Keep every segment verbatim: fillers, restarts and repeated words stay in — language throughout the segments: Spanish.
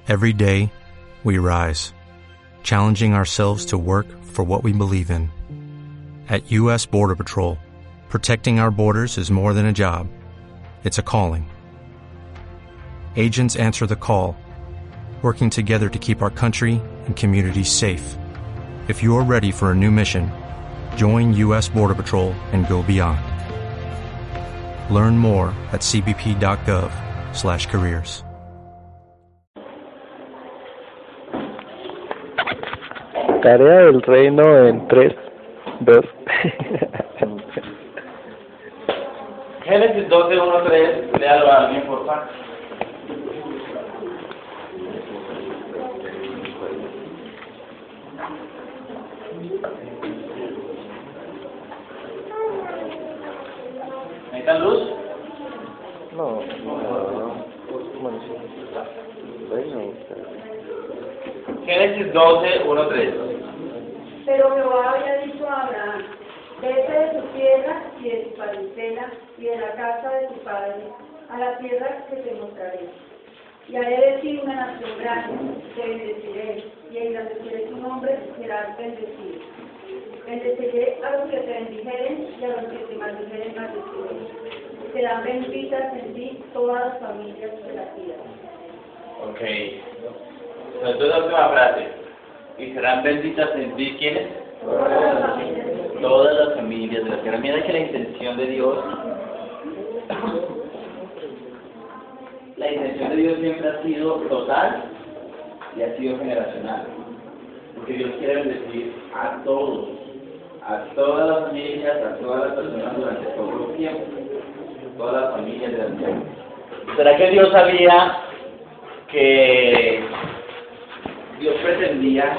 Every day, we rise, challenging ourselves to work for what we believe in. At U S Border Patrol, protecting our borders is more than a job. It's a calling. Agents answer the call, working together to keep our country and communities safe. If you're ready for a new mission, join U S Border Patrol and go beyond. Learn more at c b p dot gov slash careers. Tarea del reino en tres, dos. Génesis doce, uno, tres, léalo a alguien, por favor. ¿Necesitan luz? No, no, bueno, sí. Reino. Génesis doce, uno, tres. Pero Jehová había dicho a Abraham: vete de tu tierra y de tu parentela y de la casa de tu padre a la tierra que te mostraré. Y haré de ti una nación grande, te bendeciré y engrandeceré tu nombre, serás bendecido. Bendeciré a los que te bendijeren y a los que te maldijeren maldeciré. Serán benditas en ti todas las familias de la tierra. Ok. Entonces la última frase. Y serán benditas en ti, ¿quiénes? Todas las familias de la tierra. Todas las familias de la tierra. Mira que la intención de Dios, la intención de Dios siempre ha sido total y ha sido generacional. Porque Dios quiere bendecir a todos, a todas las familias, a todas las personas durante todo el tiempo, todas las familias de la tierra. ¿Será que Dios sabía que Dios pretendía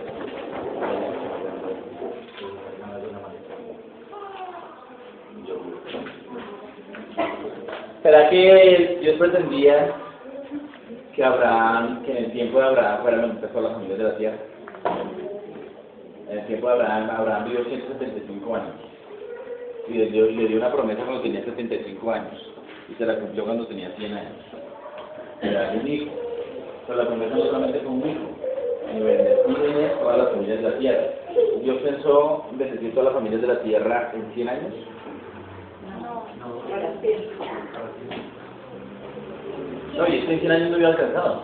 ¿Será que Dios pretendía que Abraham, que en el tiempo de Abraham fueran empezó las familias de la tierra? En el tiempo de Abraham, Abraham vivió ciento setenta y cinco años. Y Dios le dio una promesa cuando tenía setenta y cinco años. Y se la cumplió cuando tenía cien años. Era un hijo. Pero la promesa no solamente fue un hijo. Y bendecir todas las familias de la tierra. Dios pensó en bendecir todas las familias de la tierra en cien años. No, y es que en cien años no había alcanzado.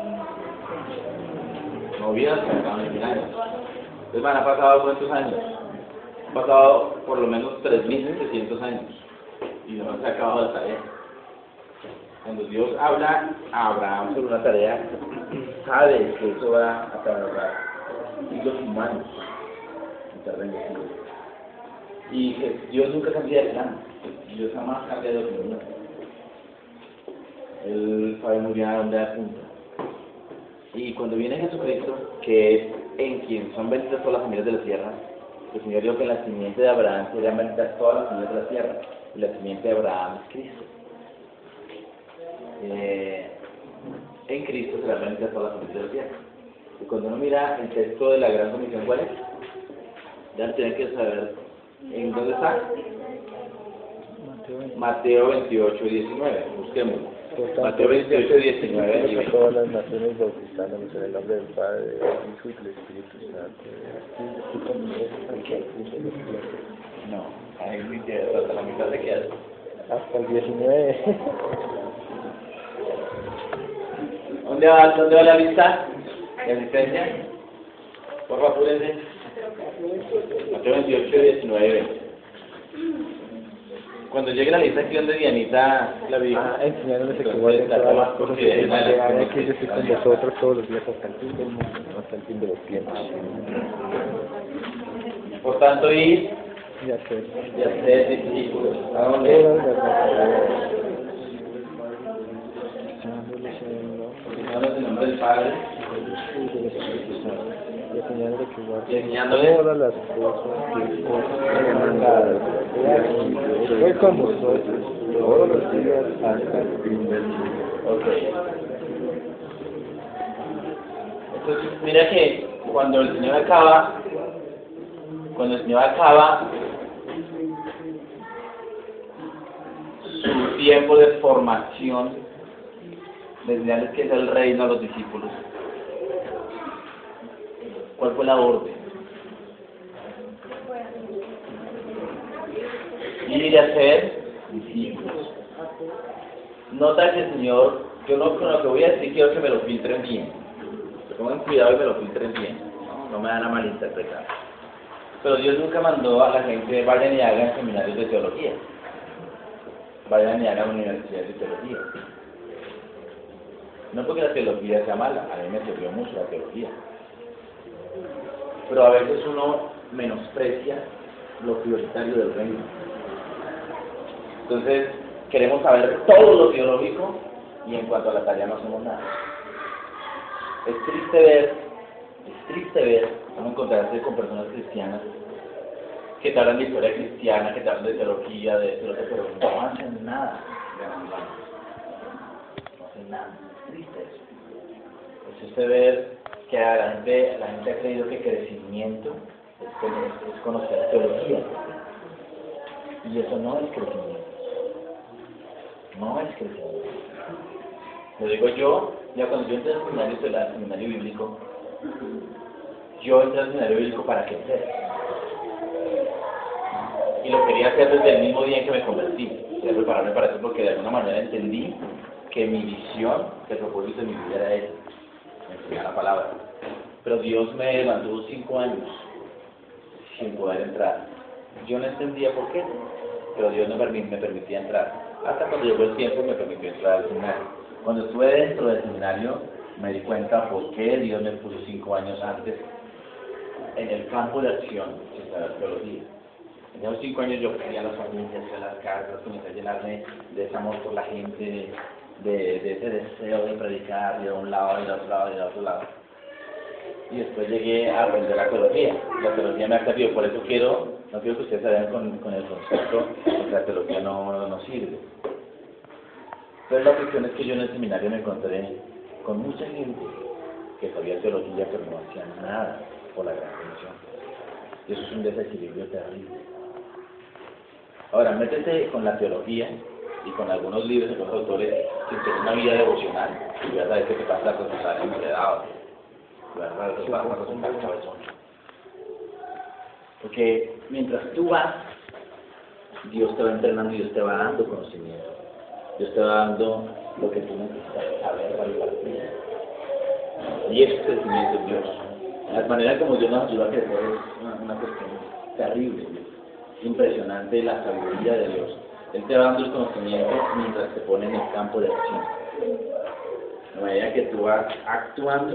No había alcanzado en cien años. Entonces, man, ha pasado cuántos años? Han pasado por lo menos tres mil setecientos años. Y no se ha acabado la tarea. Cuando Dios habla a Abraham sobre una tarea, sabe que eso va a tardar siglos humanos en estar bendecidos. Y que Dios nunca cambia de plan. Dios jamás cambia de opinión. Él sabe muy bien a dónde apunta. Y cuando viene Jesucristo, que es en quien son benditas todas las familias de la tierra, el Señor dijo que en la simiente de Abraham serían benditas todas las familias de la tierra. Y la simiente de Abraham es Cristo. Eh, en Cristo serán benditas todas las familias de la tierra. Y cuando uno mira el texto de la Gran Comisión, ¿cuál es? Ya tienen que saber en dónde está. Mateo veintiocho, diecinueve. Busquémoslo. Mateo veintiocho, diecinueve. Y a todas las naciones bautizándonos en el nombre del Padre, del Hijo y del Espíritu Santo. No, ahí muy queda, hasta la mitad se queda. Hasta el diecinueve. ¿Dónde va, dónde va la lista de asistencia? Por favor, apúrense. Mateo veintiocho, diecinueve, veinte. Cuando llegue la lista aquí donde Dianita la vi, ah, enseñándoles que guarden todas las cosas que se mandan, que yo estoy con vosotros todos los días hasta el fin del mundo, hasta el fin de los tiempos. Por tanto, ir Ya sé. y hacer discípulos. ¿A dónde? Enseñándoles en nombre del Padre y enseñándoles que y guarden enseñándoles todas las cosas que os he mandado. Estoy con vosotros todos los días hasta el fin del mundo. Ok. Entonces, mira que cuando el Señor acaba, cuando el Señor acaba su tiempo de formación de enseñarles qué es el reino a los discípulos. ¿Cuál fue la orden? Ir a ser discípulos. Nota que el Señor, yo no con lo que voy a decir quiero que me lo filtren bien. Que pongan cuidado y me lo filtren bien. No, no me van a malinterpretar. Pero Dios nunca mandó a la gente, vayan y hagan seminarios de teología. Vayan y hagan universidades de teología. No porque la teología sea mala, a mí me sirvió mucho la teología. Pero a veces uno menosprecia lo prioritario del reino. Entonces, queremos saber todo lo teológico y en cuanto a la tarea no hacemos nada. Es triste ver, es triste ver, vamos a encontrarse con personas cristianas que te hablan de historia cristiana, que te hablan de teología, de teología, pero no hacen nada. No hacen nada. Es triste eso. Es usted ver que a la gente, la gente ha creído que crecimiento es, es conocer teología. Y eso no es crecimiento. No es crecimiento. Lo digo yo, ya cuando yo entré al seminario, al seminario bíblico, yo entré al seminario bíblico para crecer. Y lo quería hacer desde el mismo día en que me convertí. Quería prepararme para eso porque de alguna manera entendí que mi visión, que el propósito de mi vida era ese, enseñar la palabra. Pero Dios me mantuvo cinco años sin poder entrar. Yo no entendía por qué, pero Dios me permitía, me permitía entrar. Hasta cuando llegó el tiempo me permitió entrar al seminario. Cuando estuve dentro del seminario me di cuenta por qué Dios me puso cinco años antes en el campo de acción sin saber teología. En esos cinco años yo fui a las familias, fui a las casas, comencé a llenarme de ese amor por la gente, de, de ese deseo de predicar de un lado, de otro lado, de otro lado. Y después llegué a aprender la teología. La teología me ha servido, por eso quiero, no quiero que ustedes se vean con, con el concepto de que la teología no, no sirve. Pero la cuestión es que yo en el seminario me encontré con mucha gente que sabía teología pero no hacía nada por la gran comisión. Y eso es un desequilibrio terrible. Ahora, métete con la teología y con algunos libros de los autores que tienen una vida devocional y vas a ver que te pasa a resultar enredado. Vas a resultar cabezón. Porque mientras tú vas, Dios te va entrenando y Dios te va dando conocimiento. Dios te va dando lo que tú necesitas saber para impartir. Y ese crecimiento es Dios. La manera como Dios nos ayuda a crecer es una, una cuestión terrible, impresionante, la sabiduría de Dios. Él te va dando el conocimiento mientras te pone en el campo de acción. De manera que tú vas actuando,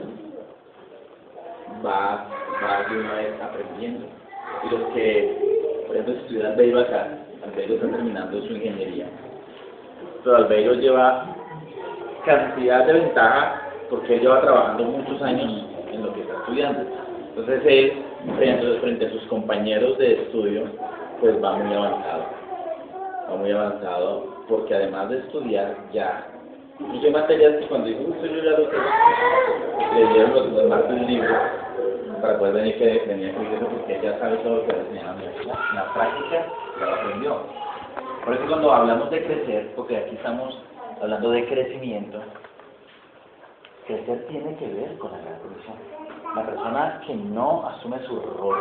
vas, vas de una vez aprendiendo. Y los que, por ejemplo, si estudian Albeiro acá, Albeiro está terminando su ingeniería. Pero Albeiro lleva cantidad de ventaja porque él lleva trabajando muchos años en lo que está estudiando. Entonces él, frente, frente a sus compañeros de estudio, pues va muy avanzado. Va muy avanzado porque además de estudiar ya, incluso hay materias que cuando digo, uy, yo ya lo tengo, le dieron los, los más del libro para poder venir que venía a eso porque ya sabe todo lo que va a enseñar en la universidad. En la práctica ya lo aprendió. Por eso cuando hablamos de crecer, porque aquí estamos hablando de crecimiento, crecer tiene que ver con la gran comisión. La persona que no asume su rol,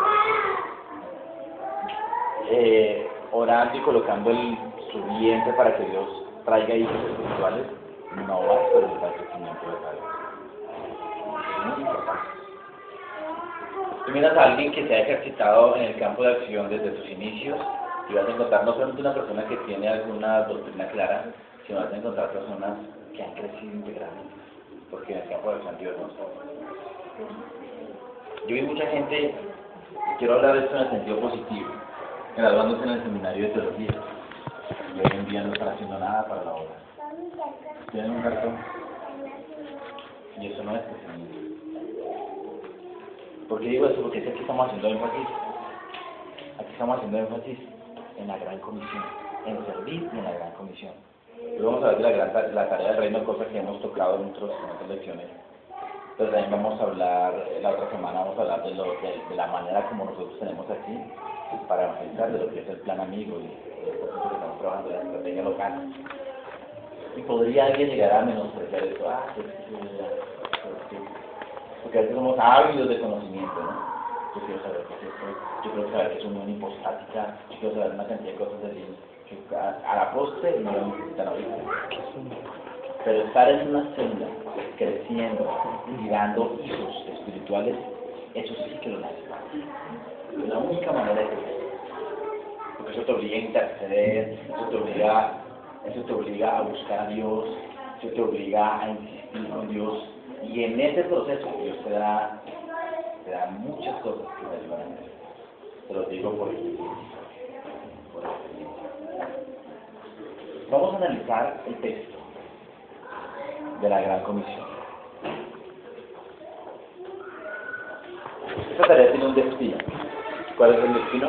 eh, orando y colocando el, su vientre para que Dios traiga hijos espirituales, no va a experimentar el crecimiento de Dios. Es muy importante. Tú miras a alguien que se ha ejercitado en el campo de acción desde sus inicios y vas a encontrar no solamente una persona que tiene alguna doctrina clara, sino vas a encontrar personas que han crecido integralmente, porque en el campo de acción Dios no está. Yo vi mucha gente, y quiero hablar de esto en el sentido positivo, graduándose en el seminario de teología, y hoy en día no están haciendo nada para la obra. Tienen un cartón, y eso no es crecimiento. ¿Por qué digo eso? Porque es que aquí estamos haciendo énfasis, aquí estamos haciendo énfasis en la gran comisión, en servir y en la gran comisión. Luego vamos a ver de la, gran, la tarea del reino, cosa que hemos tocado en, otros, en otras lecciones. Pero también vamos a hablar, la otra semana vamos a hablar de, lo, de, de la manera como nosotros tenemos aquí para evangelizar, de lo que es el plan amigo y, y el proceso que estamos trabajando, de la estrategia local. Y podría alguien llegar a menospreciar esto. Ah, sí, sí, sí, sí. Porque a veces somos ávidos de conocimiento, ¿no? Yo quiero saber qué es esto, yo quiero saber qué es unión hipostática, yo quiero saber una cantidad de cosas así, que a, a la postre no lo necesitan ahorita. Pero estar en una celda, creciendo, tirando hijos espirituales, eso sí que lo necesitan. Es la única manera de crecer. Porque eso te obliga a interceder, eso te obliga, eso te obliga a buscar a Dios, eso te obliga a insistir con Dios. Y en ese proceso Dios te da, te da muchas cosas que te ayudan a crecer. Te lo digo por experiencia. Por experiencia. Vamos a analizar el texto de la Gran Comisión. Esta tarea tiene un destino. ¿Cuál es el destino?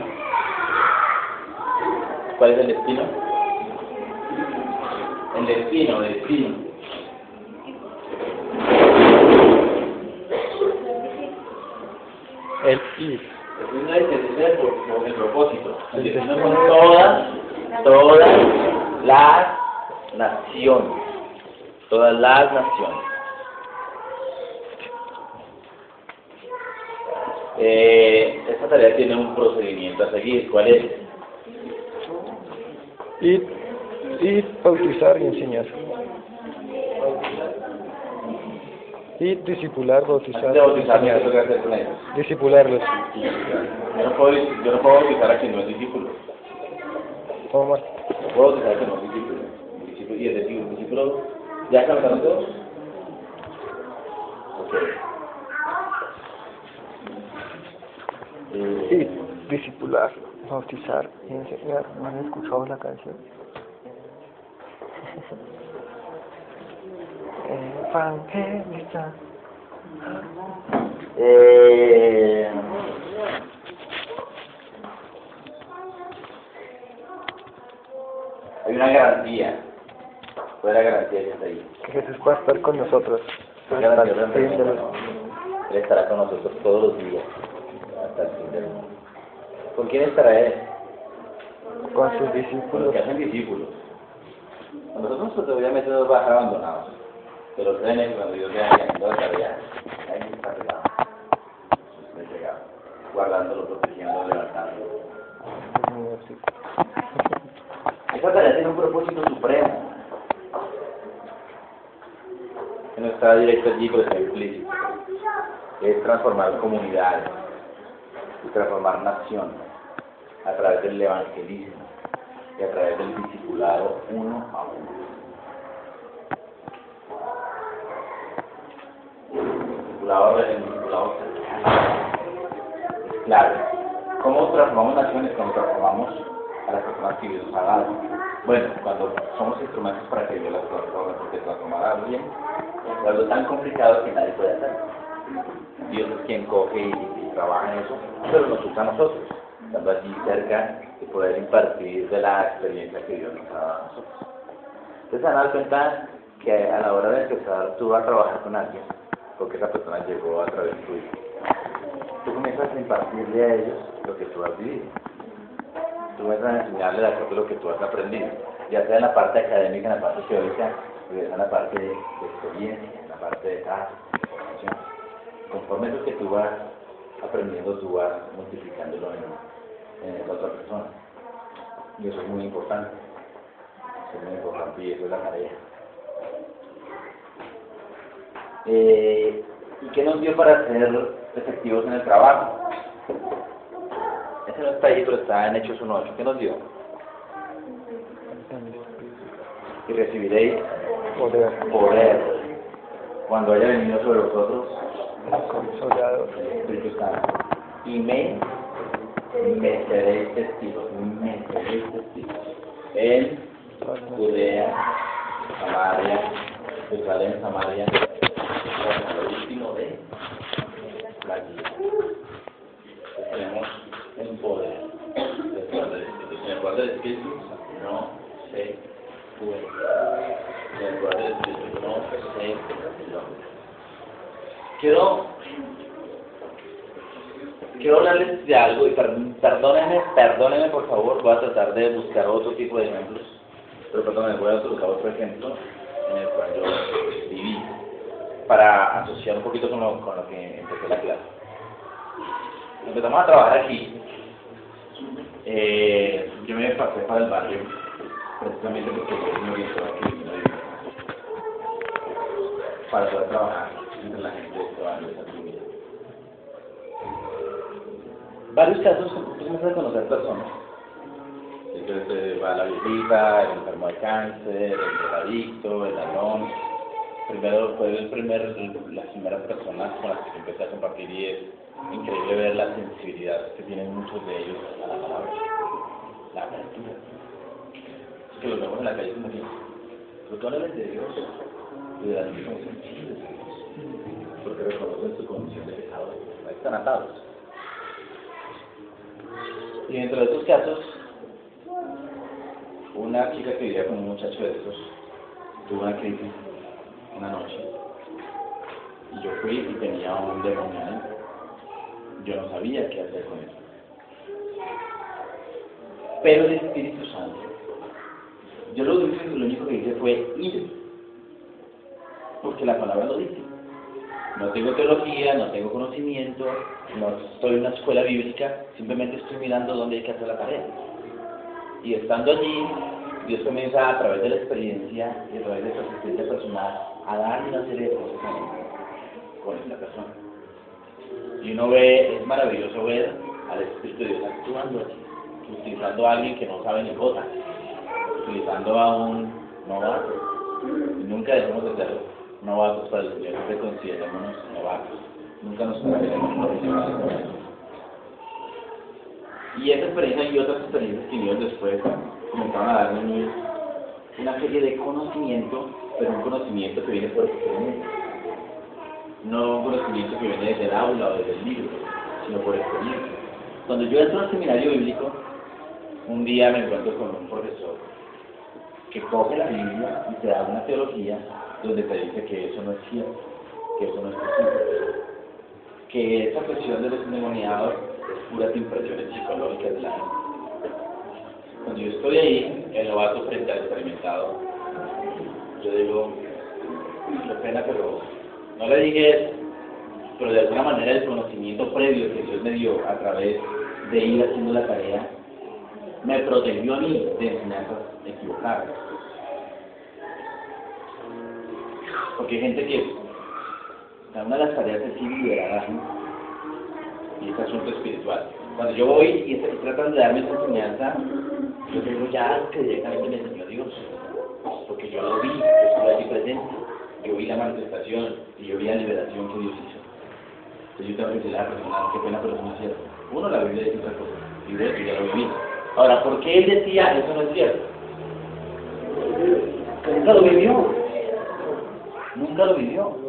¿Cuál es el destino? El destino, el destino. El ir. El destino es el, el, el propósito. El destino son todas, todas las naciones. Todas las naciones. Eh, esta tarea tiene un procedimiento a seguir. ¿Cuál es? Ir, ir, bautizar y enseñar. Ir, discipular, bautizar De y bautizar, ¿qué enseñar. tengo que hacer con ellos? Discipularlos. Yo no puedo, yo no puedo bautizar a quien no es discípulo. Toma. No puedo bautizar a quien no es discípulo. discípulo y el discípulo, discípulo ¿ya cantaron todos? Ok. Eh, Ir, discipular, bautizar y enseñar. ¿No han escuchado la canción? Evangelizar. eh, hay una garantía. ¿Cuál es la garantía que está ahí? Que Jesús va a estar con nosotros. La Hasta garantía el fin de los... Él estará con nosotros todos los días, hasta el fin del mundo. ¿Con quién estará Él? Con sus Con los discípulos. que hacen discípulos. A nosotros pues, obviamente nos va a dejar abandonados. Pero créanme que cuando Dios vea haciendo la tarea, ahí está pegado. Está pegado. Guardándolo, protegiéndolo, levantándolo. Esta tarea tiene un propósito supremo. Que no está directo allí, pero está implícito. Es transformar comunidades y transformar naciones a través del evangelismo y a través del discipulado uno a uno. El discipulado, el discipulado es clave. ¿Cómo transformamos naciones? Cuando transformamos a las personas que Dios nos ha dado. Bueno, cuando somos instrumentos para que Dios las transforme, porque transformar a alguien es algo tan complicado que nadie puede hacer. Dios es quien coge y, y trabaja en eso, pero nos usa a nosotros, estando allí cerca y poder impartir de la experiencia que Dios nos ha dado a nosotros. Entonces se van a dar cuenta que a la hora de empezar tú vas a trabajar con alguien, porque esa persona llegó a través tuyo. Tú comienzas a impartirle a ellos lo que tú has vivido. Tú comienzas a enseñarle de acuerdo a lo que tú has aprendido, ya sea en la parte académica, en la parte teórica, o ya sea en la parte de experiencia, en la parte de trato, de formación. Conforme eso que tú vas aprendiendo, tú vas multiplicándolo en, en esa otra persona. Y eso es muy importante. Eso es muy importante y eso es la tarea. Eh, ¿Y qué nos dio para ser efectivos en el trabajo? Ese no está ahí, pero está en Hechos uno ocho. ¿Qué nos dio? Y recibiréis Poder. poder cuando haya venido sobre vosotros Consolador. el Espíritu Santo. Y me, me seréis testigos, me seréis testigos en Judea, Samaria, Jerusalén, Samaria, hasta lo último de la vida. Tenemos el poder del poder del Espíritu. Sin el poder del Espíritu no se puede. Sin el poder del Espíritu no se puede. Quiero, quiero hablarles de algo y per, perdónenme, perdónenme por favor, voy a tratar de buscar otro tipo de ejemplos, pero perdónenme, voy a buscar otro ejemplo en el cual yo viví, para asociar un poquito con lo, con lo que empecé la clase. Empezamos a trabajar aquí. Eh, yo me pasé para el barrio, precisamente porque yo me orientó aquí, para poder trabajar entre la gente de este barrio, de esta comunidad. Varios casos, tú comienzas a conocer personas. Entonces va la viejita, el enfermo de cáncer, el drogadicto, el ladrón. Primero fue el primer, las primeras personas con las que empecé a compartir y es increíble ver la sensibilidad que tienen muchos de ellos a la palabra, la apertura. Es que los vemos en la calle como que, pero tú hablas de Dios y de las mismas sentidos, porque reconocen su condición de pecado, ahí están atados. Y dentro de estos casos, una chica que vivía con un muchacho de esos tuvo una crisis una noche y yo fui y tenía un demonio ahí. Yo no sabía qué hacer con eso, pero el Espíritu Santo, yo lo único, lo único que hice fue ir, porque la palabra lo dice. No tengo teología, no tengo conocimiento, no estoy en una escuela bíblica, simplemente estoy mirando dónde hay que hacer la tarea. Y estando allí, Dios comienza a través de la experiencia y a través de su asistencia personal a dar una serie de cosas con esta persona. Y uno ve, es maravilloso ver al Espíritu de Dios actuando allí, utilizando a alguien que no sabe ni cosa, utilizando a un novato. Y nunca dejemos de ser novatos para el Señor, siempre considerémonos novatos. Nunca nos consideremos profesionales. Y esa experiencia y otras experiencias que vinieron después comenzaron a darme una serie de conocimiento, pero un conocimiento que viene por experiencia. No un conocimiento que viene desde el aula o desde el libro, sino por experiencia. Cuando yo entro al seminario bíblico, un día me encuentro con un profesor que coge la Biblia y te da una teología donde te dice que eso no es cierto, que eso no es posible, que esa cuestión de los endemoniados es puras impresiones psicológicas de la gente. Cuando yo estoy ahí, el novato frente al experimentado, yo digo, qué pena, pero no le dije eso, pero de alguna manera el conocimiento previo que Dios me dio a través de ir haciendo la tarea, me protegió a mí de enseñanzas equivocadas. Porque hay gente que, una de las tareas es ir liberar, ¿no? Y este asunto espiritual. Cuando yo voy y estoy tratando de darme esa enseñanza, yo digo ya que directamente me enseñó Dios, porque yo lo vi, yo estuve allí presente, yo vi la manifestación y yo vi la liberación que Dios hizo. Entonces yo tengo que decirle a la persona, qué pena, pero eso no es cierto. Uno, la Biblia dice otra cosa, y yo ya lo viví. Ahora, ¿por qué él decía eso no es cierto? Porque nunca lo vivió, nunca lo vivió.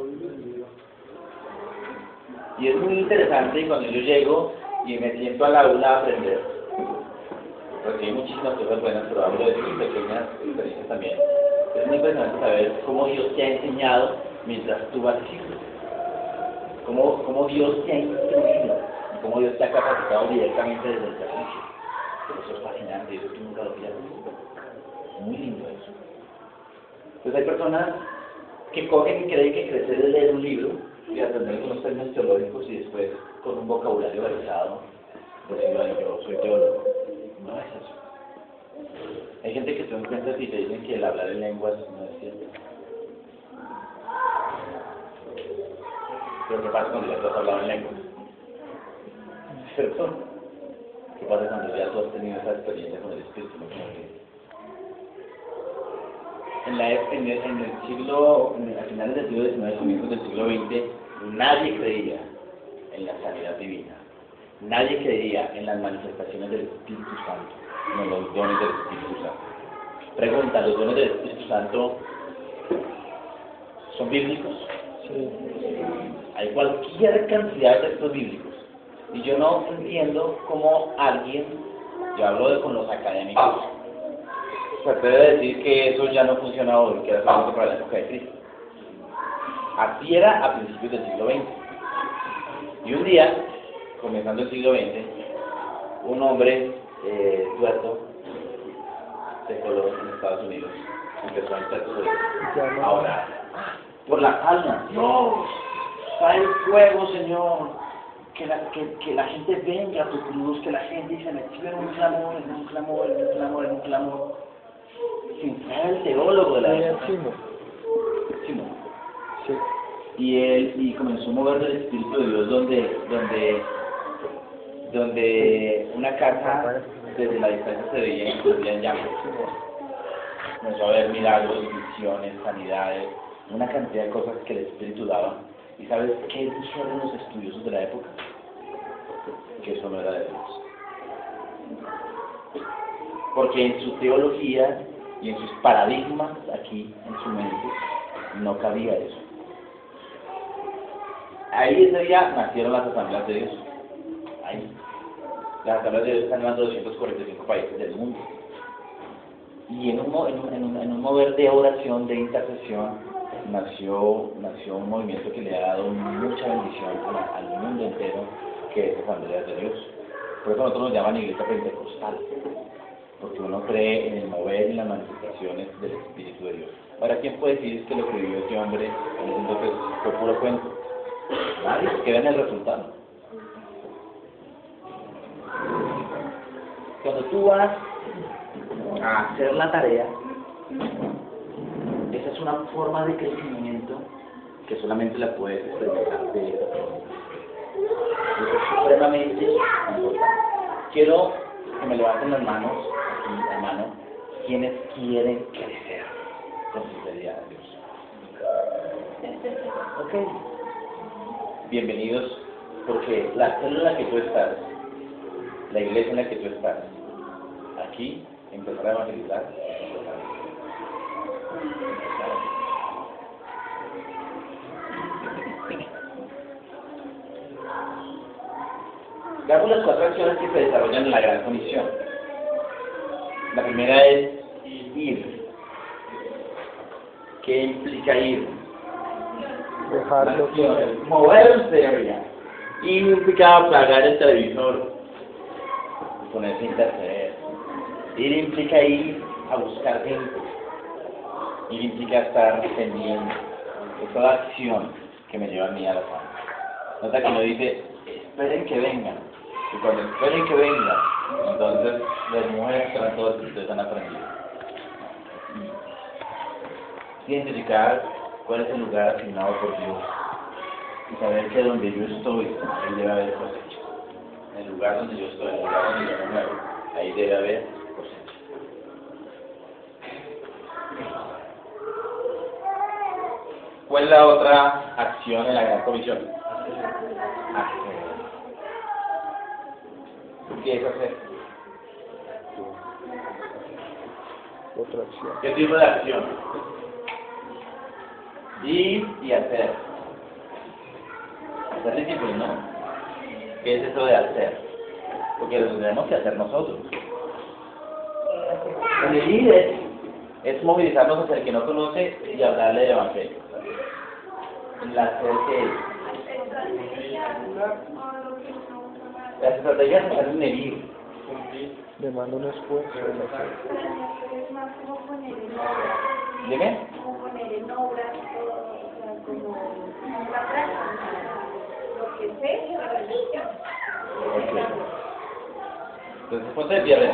Y es muy interesante cuando yo llego y me siento al aula a aprender. Recibí muchísimas cosas buenas, pero hablo de sus pequeñas experiencias también. Es muy interesante saber cómo Dios te ha enseñado mientras tú vas chico. Cómo, cómo Dios te ha instruido y cómo Dios te ha capacitado directamente desde el servicio. Eso es fascinante, eso tú nunca lo pierdes. Muy lindo eso. Entonces hay personas que cogen y creen que crecer es leer un libro y aprender con los términos teológicos y después con un vocabulario versado decir, bueno, yo soy teólogo. No es eso. Hay gente que se encuentra y te dicen que el hablar en lenguas no es cierto. Pero ¿qué pasa cuando ya tú has hablado en lenguas? ¿Cierto? ¿Qué pasa cuando ya tú has tenido esa experiencia con el Espíritu? ¿No? En, la, en, el, en el siglo, en, a finales del siglo diecinueve, comienzos del siglo veinte, nadie creía en la sanidad divina. Nadie creía en las manifestaciones del Espíritu Santo, no en los dones del Espíritu Santo. Pregunta, ¿los dones del Espíritu Santo son bíblicos? Sí. Hay cualquier cantidad de textos bíblicos. Y yo no entiendo cómo alguien, yo hablo de con los académicos, se puede decir que eso ya no funciona hoy, que era solamente para la época de Cristo. Así era a principios del siglo veinte. Y un día, comenzando el siglo veinte, un hombre eh, tuerto de color en Estados Unidos empezó a interceder. Ya no. Ahora, por la calma. Dios, trae el fuego, Señor. Que la, que, que la gente venga a tu cruz, que la gente se metió en un clamor, en un clamor, en un clamor, en un clamor. Sin ser el teólogo de la Era época. Simón. Simón. Sí. Y él y comenzó a mover del Espíritu de Dios donde, donde, donde una casa desde la distancia se veía, se veía en llamas. Comenzó a ver milagros, visiones, sanidades, una cantidad de cosas que el Espíritu daba. ¿Y sabes qué dijeron los estudiosos de la época? Que eso no era de Dios. Porque en su teología y en sus paradigmas aquí, en su mente, no cabía eso. Ahí ese día nacieron las asambleas de Dios. Ahí. Las asambleas de Dios están en más de doscientos cuarenta y cinco países del mundo. Y en un, en un, en un, en un mover de oración, de intercesión, nació, nació un movimiento que le ha dado mucha bendición a, al mundo entero, que es Asambleas de Dios. Por eso nosotros nos llaman Iglesia Pentecostal, porque uno cree en el mover y las manifestaciones del Espíritu de Dios. Ahora, ¿quién puede decir que lo que vivió ese hombre en ese entonces fue puro cuento? Nadie, se queda en el resultado. Cuando tú vas a hacer la tarea, esa es una forma de crecimiento que solamente la puedes experimentar de esa forma. Eso es supremamente importante. Quiero que me levanten las manos, aquí la mano, quienes quieren crecer con sinceridad a Dios. Ok. Bienvenidos, porque la célula en la que tú estás, la iglesia en la que tú estás, aquí, empezar a evangelizar, veamos las cuatro acciones que se desarrollan en la Gran Comisión. La primera es ir. ¿Qué implica ir? Dejarlo todo. Moverse allá. Ir implica apagar el televisor y ponerse a interceder. Ir implica ir a buscar gente. Ir implica estar pendiente. Es toda acción que me lleva a mí a la fama. Nota que no dice, esperen que vengan. Y cuando esperen que vengan, entonces les muestran todo lo que ustedes han aprendido. Identificar cuál es el lugar asignado por Dios. Y saber que donde yo estoy, ahí debe haber cosecha. En el lugar donde yo estoy, en el lugar donde yo me muevo, ahí debe haber cosecha. ¿Cuál es la otra acción en la Gran Comisión? Hacer. ¿Qué es hacer? Otra acción. ¿Qué tipo de acción? Ir y hacer. Hacer disciplina, ¿no? ¿Qué es eso de hacer? Porque lo tenemos que hacer nosotros. El ir es, es movilizarnos hacia el que no conoce y hablarle del Evangelio. El hacer que es. Las estrategias se hacen en ir. Demanda un esfuerzo. Es más como poner en obra, ¿Dime? como poner en obra todo, o sea, como la práctica, lo que sé, la religión. Ok. Entonces, ponte de pie, a ver.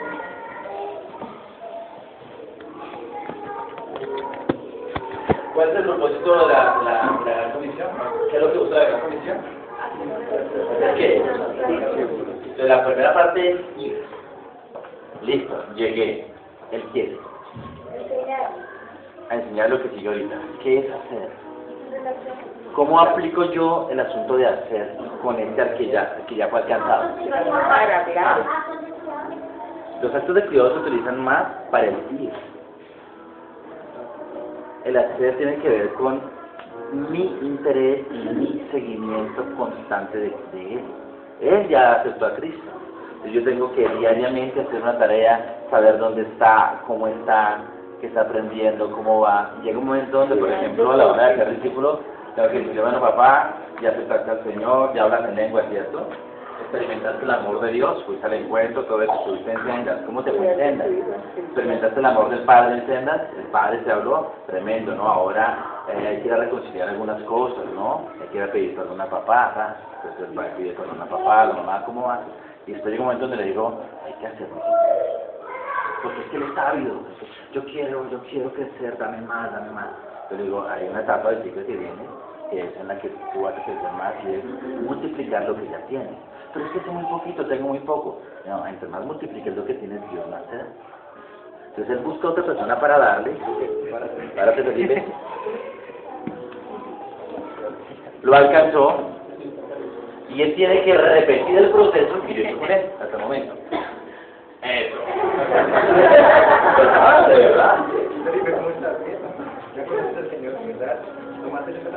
¿Cuál es el propósito de la, la, la Gran Comisión? ¿Qué es lo que gusta de la Gran Comisión? ¿Es qué? De la primera parte es ir. Listo, llegué. Él quiere. A enseñar lo que sigue ahorita. ¿Qué es hacer? ¿Cómo aplico yo el asunto de hacer con este al que ya, que ya fue alcanzado? Los actos de cuidado se utilizan más para el ir. El hacer tiene que ver con mi interés y mi seguimiento constante de, de él. Él ya aceptó a Cristo. Entonces yo tengo que diariamente hacer una tarea, saber dónde está, cómo está, qué está aprendiendo, cómo va. Y llega un momento donde, por ejemplo, a la hora de ser discípulo, tengo que decirle, bueno, papá, ya aceptaste al Señor, ya hablas en lengua, ¿cierto? experimentaste el amor de Dios, fuiste al encuentro, todo eso, estuviste en sendas. ¿Cómo te fue en sendas? Experimentaste el amor del Padre en sendas, el Padre te habló, tremendo, ¿no? Ahora eh, hay que ir a reconciliar algunas cosas, ¿no? Hay que ir a pedir perdón a papá, ¿sabes? Entonces va a pedir perdón a papá, a la mamá, ¿cómo vas? Y después llega un momento donde le digo, hay que hacerlo. Porque es que él está ávido. Yo quiero, yo quiero crecer, dame más, dame más. Yo le digo, hay una etapa del ciclo que viene, que es en la que tú vas a crecer más y es multiplicar lo que ya tienes. Pero es que tengo muy poquito, tengo muy poco. No, entre más multipliques lo que tienes, Dios más te da. Entonces él busca otra persona para darle. Párate, Felipe. Lo alcanzó y él tiene que repetir el proceso que yo hice con él hasta el momento. Eso. Ah, de verdad. Felipe, ¿cómo estás? ¿Ya conoces al Señor, verdad? ¿Tomaste el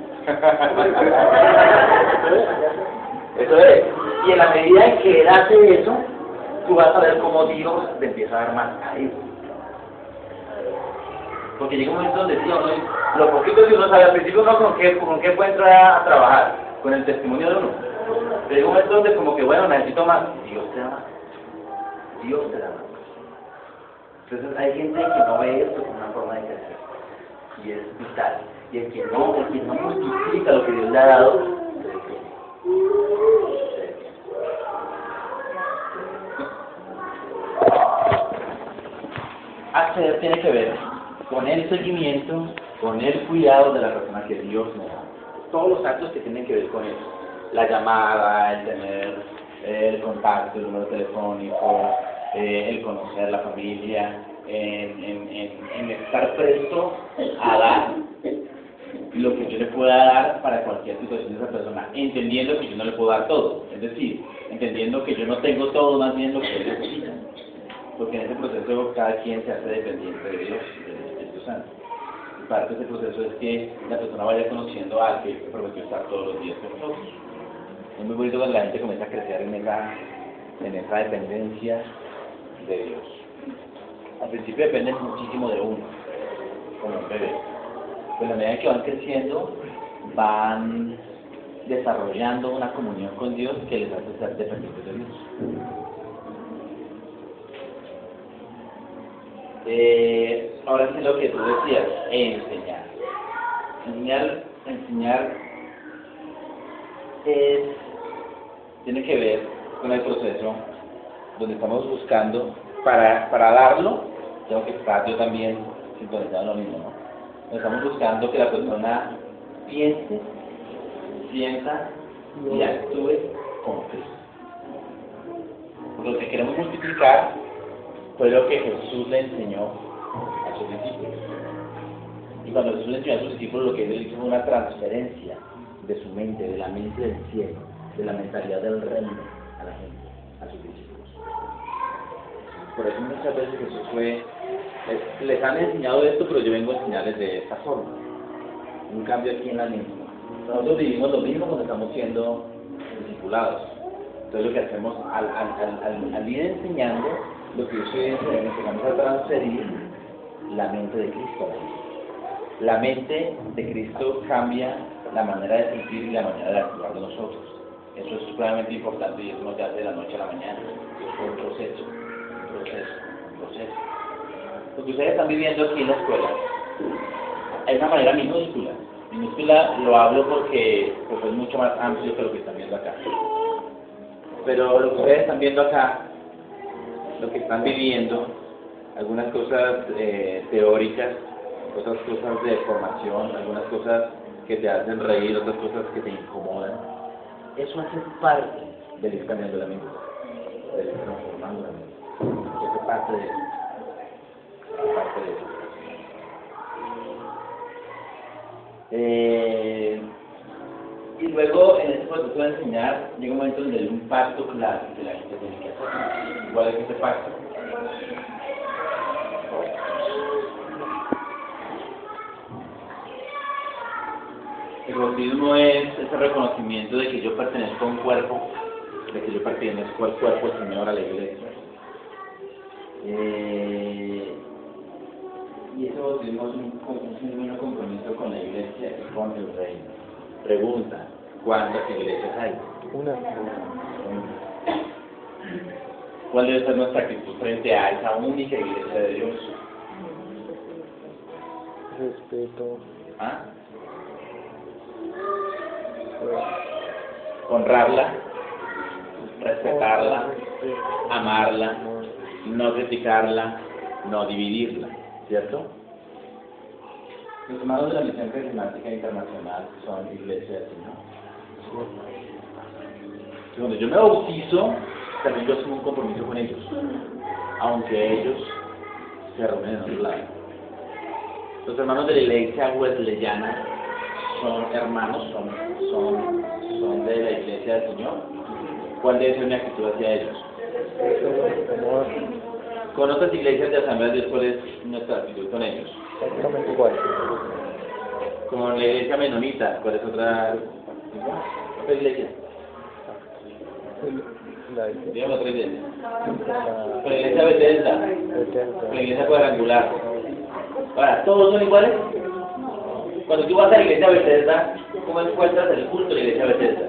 Eso es. Y en la medida en que él hace eso, tú vas a ver cómo Dios te empieza a dar más a él. Porque llega un momento donde Dios, ¿no? Lo poquito que uno sabe, al principio uno con qué, con qué puede entrar a, a trabajar, con el testimonio de uno. Pero llega un momento donde como que, bueno, necesito más. Dios te da más. Dios te da más. Entonces hay gente que no ve esto como una forma de crecer. Y es vital. Y el que no, el que no multiplica lo que Dios le ha dado, se detiene. Se detiene. Acceder tiene que ver con el seguimiento, con el cuidado de la persona que Dios me da. Todos los actos que tienen que ver con eso. La llamada, el tener el contacto, el número telefónico, eh, el conocer la familia, en, en, en, en estar presto a dar lo que yo le pueda dar para cualquier situación de esa persona, entendiendo que yo no le puedo dar todo, es decir, entendiendo que yo no tengo todo, más bien lo que él necesita, porque en ese proceso cada quien se hace dependiente de Dios, del Espíritu Santo. Y parte de ese proceso es que la persona vaya conociendo al que prometió estar todos los días con nosotros. Es muy bonito cuando la gente comienza a crecer en esa, en esa dependencia de Dios. Al principio dependen muchísimo de uno, como un bebé. Pero a medida que van creciendo, van desarrollando una comunión con Dios que les hace ser dependientes de Dios. Eh, ahora sí lo que tú decías, enseñar. Enseñar, enseñar es, tiene que ver con el proceso donde estamos buscando, para, para darlo, tengo que estar yo también sintonizado en lo mismo, ¿no? Estamos buscando que la persona piense, sienta y actúe como Cristo. Lo que queremos multiplicar fue lo que Jesús le enseñó a sus discípulos. Y cuando Jesús le enseñó a sus discípulos, lo que él hizo fue una transferencia de su mente, de la mente del cielo, de la mentalidad del reino a la gente, a sus discípulos. Por eso muchas veces Jesús fue, les, les han enseñado esto, pero yo vengo a enseñarles de esta forma. Un cambio aquí en la mente. Nosotros vivimos lo mismo cuando estamos siendo discipulados. Entonces lo que hacemos al, al, al, al, al ir enseñando, lo que yo estoy enseñando, empezamos a transferir la mente de Cristo. La mente de Cristo cambia la manera de sentir y la manera de actuar de nosotros. Eso es supremamente importante y eso no se hace de la noche a la mañana. Es un proceso, un proceso, un proceso. Lo que ustedes están viviendo aquí en la escuela es una manera minúscula. Minúscula lo hablo porque pues, es mucho más amplio que lo que están viendo acá. Pero lo que ustedes están viendo acá, lo que están viviendo, algunas cosas eh, teóricas, otras cosas de formación, algunas cosas que te hacen reír, otras cosas que te incomodan, eso hace parte del ir cambiando la mente, del ir transformando la mente. Eso hace parte de eso. Hace parte de eso. Eh, y luego, en este proceso de enseñar, llega un momento donde hay un pacto claro que la gente tiene que hacer. ¿Cuál es ese pacto? El bautismo es ese reconocimiento de que yo pertenezco a un cuerpo, de que yo pertenezco al cuerpo del Señor, a la iglesia. Eh, y ese bautismo es un, un, un compromiso con la iglesia y con el reino. Pregunta, ¿Cuántas iglesias hay? Una. ¿Cuál debe ser nuestra actitud frente a esa única iglesia de Dios? Respeto. ¿Ah? Pues, Honrarla, respetarla, respeto, amarla, amor. no criticarla, no dividirla, ¿cierto? Los hermanos de la Misión Carismática Internacional son iglesia del Señor. Cuando yo me bautizo, también yo asumo un compromiso con ellos, aunque ellos se reúnen en otro lado. Los hermanos de la iglesia wesleyana son hermanos, son, son, son de la iglesia del Señor. ¿Cuál debe ser mi actitud hacia ellos? Amor. Con otras iglesias de Asamblea de Dios, ¿cuál es nuestra actitud con ellos? Exactamente igual. Como la iglesia menonita, ¿cuál es otra, otra iglesia? La Dígame otra iglesia. la- La iglesia Bethesda, Bethesda. la iglesia cuadrangular. Ahora, ¿todos son iguales? Cuando tú vas a la iglesia Bethesda, ¿cómo encuentras el culto de la iglesia Bethesda?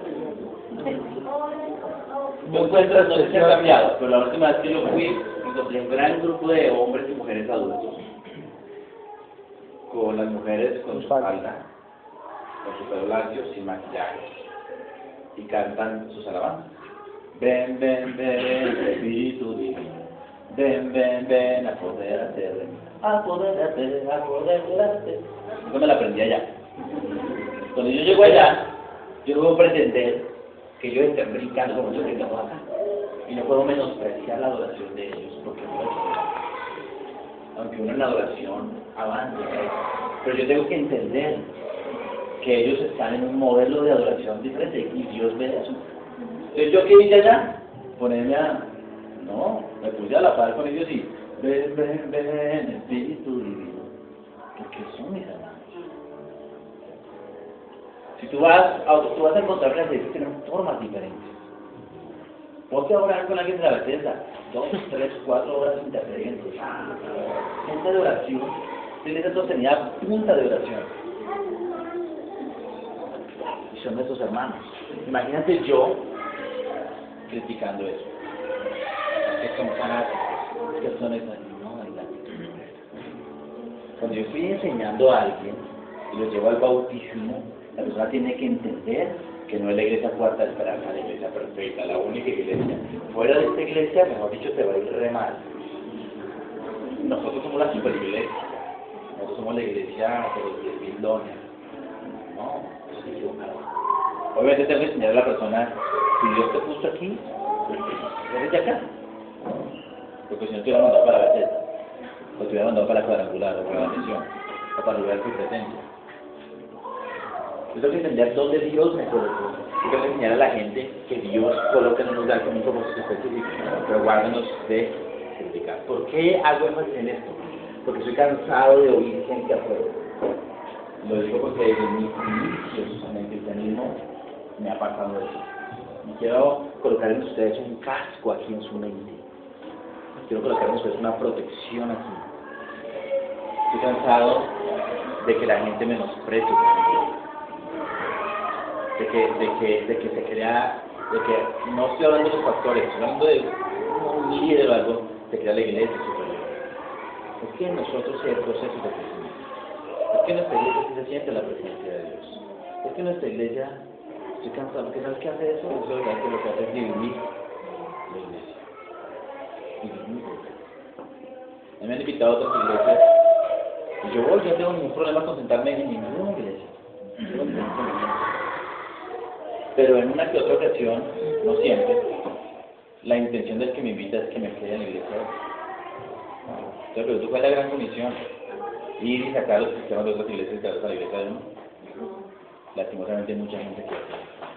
Tú encuentras, no sé si ha cambiado, pero la última vez que yo fui, encontré un gran grupo de hombres y mujeres adultos, con las mujeres con su falda, con su pelo lacio, sin maquillaje, y cantan sus alabanzas. Ven, ven, ven, Espíritu Divino, ven, ven, ven, apodérate de mí, apodérate, apodérate. Yo me la aprendí allá. Cuando yo llego allá, yo no puedo pretender que ellos estén brincando como nosotros estamos acá. Y no puedo menospreciar la adoración de ellos, porque no es adoración. Aunque uno en la adoración avance, pero yo tengo que entender que ellos están en un modelo de adoración diferente y Dios ve eso. Entonces, ¿yo qué hice allá? Ponerme a... No, me puse a la par con ellos y... Ven, ven, ven, Espíritu Divino. Porque son mis hermanos. Si tú vas a, tú vas a encontrar que que tienen formas diferentes. Ponte a orar con alguien de la Bethesda, dos, tres, cuatro horas intercedientes. Gente de oración, tienes esa sostenida punta de oración. Y son nuestros hermanos. Imagínate yo criticando eso. Que son fanáticos, que son esas. No, hay la actitud. Cuando yo estoy enseñando a alguien y lo llevo al bautismo, la persona tiene que entender que no es la iglesia cuarta esperanza, la iglesia perfecta, la única iglesia. Fuera de esta iglesia, mejor dicho, te va a ir re mal. Nosotros somos la super iglesia. Nosotros somos la iglesia de los diez mil dólares. No, eso es equivocado. Obviamente tengo que enseñar a la persona, si Dios te puso aquí, eres de acá. Porque si no te hubiera mandado para la Bethesda, o te hubiera mandado para la cuadrangular, o para la misión, o para el lugar de tu presencia. Yo tengo que entender dónde Dios me colocó. Yo tengo que enseñar a la gente que Dios coloca en un lugar con un propósito específico, pero guárdanos de criticar. ¿Por qué hago énfasis en esto? Porque estoy cansado de oír gente afuera. Lo digo porque desde mis inicios en el cristianismo me ha pasado eso. Y quiero colocar en ustedes un casco aquí en su mente. Quiero colocar en ustedes una protección aquí. Estoy cansado de que la gente menosprecie. De que, de, que, de que se crea, de que no estoy hablando de los pastores, estoy hablando de un líder o algo, se crea la iglesia superior. Es que nosotros hay procesos de crecimiento. Es que en nuestra iglesia sí se siente la presencia de Dios. Es que en nuestra iglesia estoy cansado, porque ¿sabes qué hace eso? Eso es verdad que lo que hace es dividir la iglesia. Dividir. Me han invitado a otras iglesias y yo voy, yo no tengo ningún problema con sentarme en ninguna iglesia. Yo no tengo problema. Pero en una que otra ocasión, no siempre, la intención del que me invita es que me quede en la iglesia. Entonces, pero tú cuál es la gran comisión, ir y sacar a los cristianos de otras iglesias y traerlos a la iglesia de uno. Lastimosamente hay mucha gente que hace.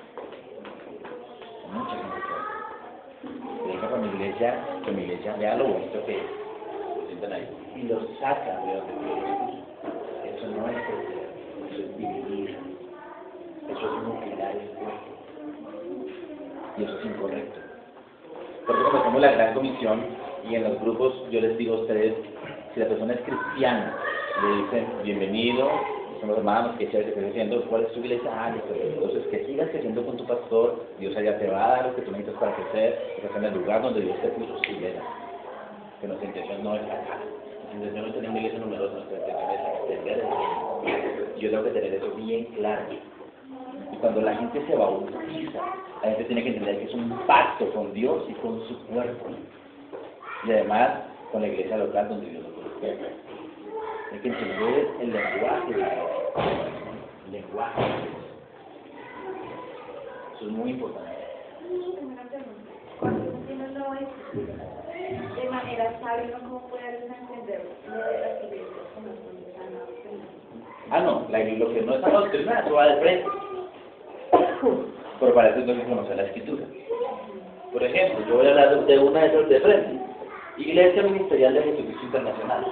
Mucha gente que hace. Venga para mi iglesia, que mi iglesia vea lo bonito que es. Se sientan ahí. Y los sacan de donde quieren. Eso no es crecer, eso es dividir. Eso es mutilar el cuerpo. Y eso es incorrecto. Por eso cuando hacemos la gran comisión y en los grupos yo les digo a ustedes, si la persona es cristiana, le dicen bienvenido, son los hermanos, que chévere, que estoy haciendo, ¿cuál es tu iglesia? Ah, listo. Entonces, que sigas creciendo con tu pastor, Dios allá te va a dar lo que tú necesitas para crecer, que estás en el lugar donde Dios te puso, sí, venga. Que nuestra intención no es acá. Nuestra intención no es tener una iglesia numerosa, nuestra intención es extender el reino. Yo tengo que tener eso bien claro. Y cuando la gente se bautiza, la gente tiene que entender que es un pacto con Dios y con su cuerpo. Y además, con la iglesia local donde Dios lo coloca. Hay que entender el lenguaje de Dios. El lenguaje de Dios. Eso es muy importante. Cuando uno no es de manera sabia, ¿cómo puede entender lo de las iglesias que no son de sana doctrina? Ah, no, la, lo que no es sana doctrina, eso va de frente. Pero para eso tengo que conocer la escritura. Por ejemplo, yo voy a hablar de una de esas de frente. Iglesia Ministerial de Jesucristo Internacional.